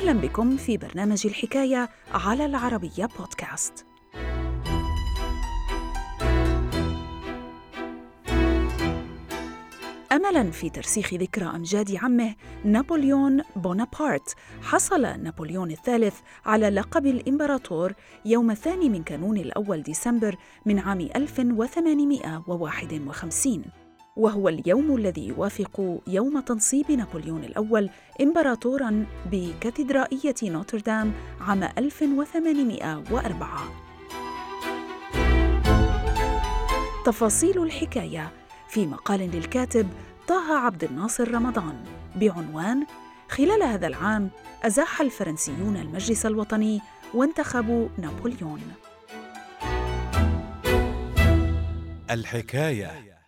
أهلا بكم في برنامج الحكاية على العربية بودكاست. أملاً في ترسيخ ذكرى أمجاد عمه نابليون بونابرت، حصل نابليون الثالث على لقب الإمبراطور يوم 2 من كانون الأول ديسمبر من عام 1851، وهو اليوم الذي يوافق يوم تنصيب نابليون الأول إمبراطوراً بكاتدرائية نوتردام عام 1804. تفاصيل الحكاية في مقال للكاتب طه عبد الناصر رمضان بعنوان خلال هذا العام أزاح الفرنسيون المجلس الوطني وانتخبوا نابليون. الحكاية.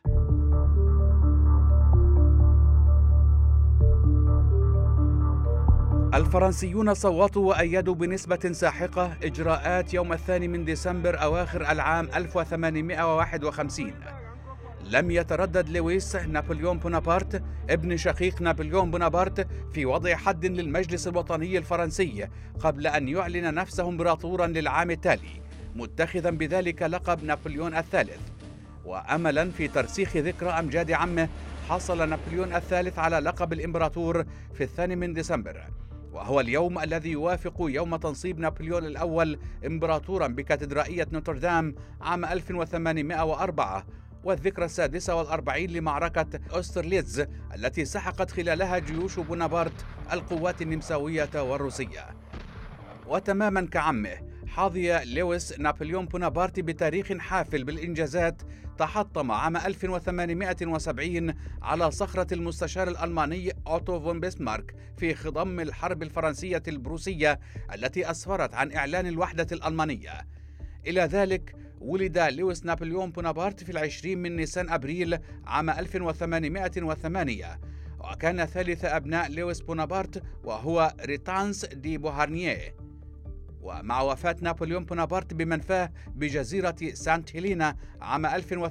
الفرنسيون صوتوا وأيدوا بنسبة ساحقة إجراءات يوم 2 من ديسمبر أواخر العام 1851. لم يتردد لويس نابليون بونابرت ابن شقيق نابليون بونابرت في وضع حد للمجلس الوطني الفرنسي قبل أن يعلن نفسه إمبراطوراً للعام التالي، متخذاً بذلك لقب نابليون الثالث. وأملاً في ترسيخ ذكرى أمجاد عمه، حصل نابليون الثالث على لقب الإمبراطور في 2 من ديسمبر، وهو اليوم الذي يوافق يوم تنصيب نابليون الأول إمبراطوراً بكاتدرائية نوتردام عام 1804، والذكرى 46 لمعركة أوسترليتز التي سحقت خلالها جيوش بونابرت القوات النمساوية والروسية. وتماماً كعمه، حظي لويس نابليون بونابرت بتاريخ حافل بالإنجازات. تحطم عام 1870 على صخرة المستشار الألماني أوتو فون بيسمارك في خضم الحرب الفرنسية البروسية التي أسفرت عن إعلان الوحدة الألمانية. إلى ذلك ولد لويس نابليون بونابرت في 20 من نيسان أبريل عام 1808، وكان ثالث أبناء لويس بونابرت وهو ريتانس دي بوهارنيه. ومع وفاة نابليون بونابرت بمنفاه بجزيرة سانت هيلينا عام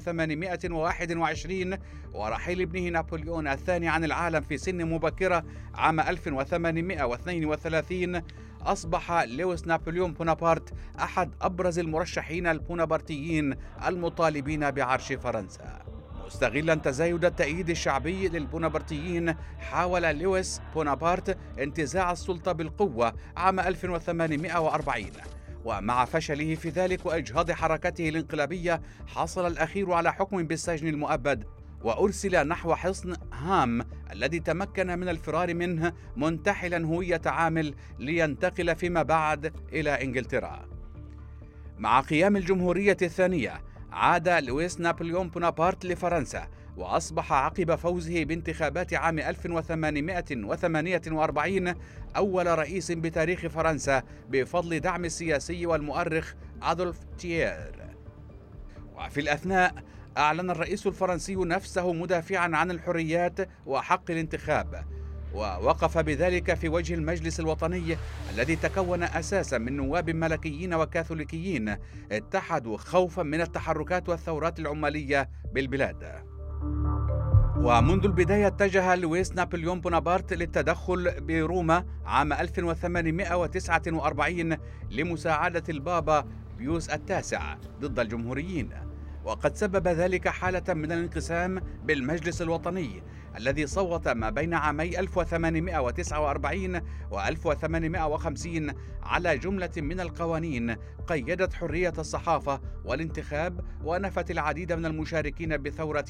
1821 ورحيل ابنه نابليون الثاني عن العالم في سن مبكرة عام 1832، أصبح لويس نابليون بونابرت أحد أبرز المرشحين البونابرتيين المطالبين بعرش فرنسا. مستغلاً تزايد التأييد الشعبي للبونابرتيين، حاول لويس بونابرت انتزاع السلطة بالقوة عام 1840، ومع فشله في ذلك وإجهاض حركته الانقلابية حصل الأخير على حكم بالسجن المؤبد، وأرسل نحو حصن هام الذي تمكن من الفرار منه منتحلاً هوية عامل لينتقل فيما بعد إلى إنجلترا. مع قيام الجمهورية الثانية عاد لويس نابليون بونابرت لفرنسا، وأصبح عقب فوزه بانتخابات عام 1848 أول رئيس بتاريخ فرنسا بفضل دعم السياسي والمؤرخ أدولف تيير. وفي الأثناء أعلن الرئيس الفرنسي نفسه مدافعاً عن الحريات وحق الانتخاب، ووقف بذلك في وجه المجلس الوطني الذي تكون أساساً من نواب ملكيين وكاثوليكيين اتحدوا خوفاً من التحركات والثورات العمالية بالبلاد. ومنذ البداية اتجه لويس نابليون بونابرت للتدخل بروما عام 1849 لمساعدة البابا بيوس التاسع ضد الجمهوريين، وقد سبب ذلك حالة من الانقسام بالمجلس الوطني الذي صوت ما بين عامي 1849 و 1850 على جملة من القوانين قيدت حرية الصحافة والانتخاب، ونفت العديد من المشاركين بثورة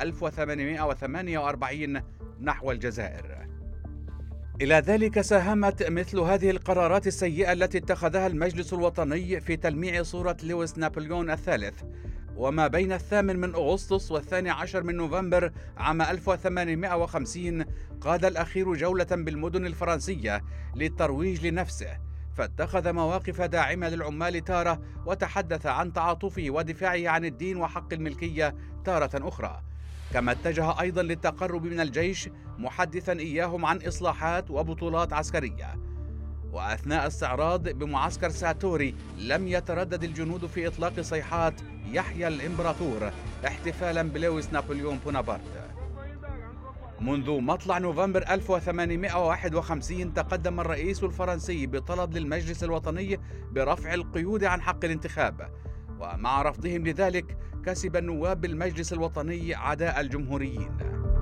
1848 نحو الجزائر. إلى ذلك ساهمت مثل هذه القرارات السيئة التي اتخذها المجلس الوطني في تلميع صورة لويس نابليون الثالث. وما بين 8 من أغسطس و12 من نوفمبر عام 1850 قاد الأخير جولة بالمدن الفرنسية للترويج لنفسه، فاتخذ مواقف داعمة للعمال تارة، وتحدث عن تعاطفه ودفاعه عن الدين وحق الملكية تارة أخرى، كما اتجه أيضا للتقرب من الجيش محدثا إياهم عن إصلاحات وبطولات عسكرية. وأثناء استعراض بمعسكر ساتوري لم يتردد الجنود في إطلاق صيحات يحيى الإمبراطور احتفالا بلويس نابليون بونابرت. منذ مطلع نوفمبر 1851 تقدم الرئيس الفرنسي بطلب للمجلس الوطني برفع القيود عن حق الانتخاب، ومع رفضهم لذلك كسب النواب بالمجلس الوطني عداء الجمهوريين.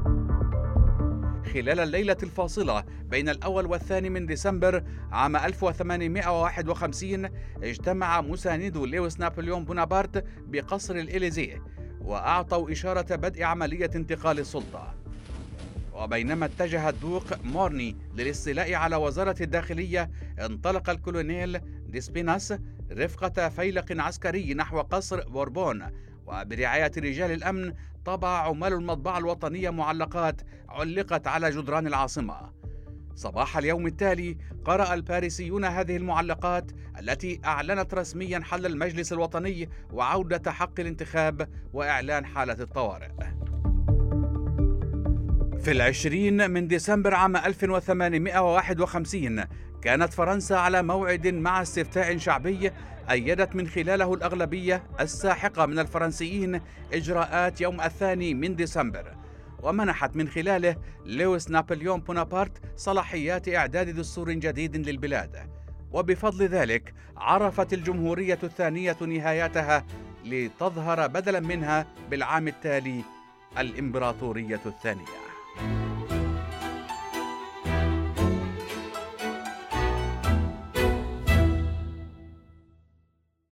خلال الليلة الفاصلة بين الأول والثاني من ديسمبر عام 1851 اجتمع مساندو لويس نابليون بونابرت بقصر الإليزيه وأعطوا إشارة بدء عملية انتقال السلطة. وبينما اتجه الدوق مورني للاستيلاء على وزارة الداخلية، انطلق الكولونيل ديسبيناس رفقة فيلق عسكري نحو قصر بوربون، وبرعاية رجال الأمن طبع عمال المطبعة الوطنية معلقات علقت على جدران العاصمة. صباح اليوم التالي قرأ الباريسيون هذه المعلقات التي أعلنت رسميا حل المجلس الوطني وعودة حق الانتخاب وإعلان حالة الطوارئ. في 20 من ديسمبر عام 1851 كانت فرنسا على موعد مع استفتاء شعبي أيدت من خلاله الأغلبية الساحقة من الفرنسيين إجراءات يوم 2 من ديسمبر، ومنحت من خلاله لويس نابليون بونابرت صلاحيات إعداد دستور جديد للبلاد، وبفضل ذلك عرفت الجمهورية الثانية نهايتها لتظهر بدلا منها بالعام التالي الإمبراطورية الثانية.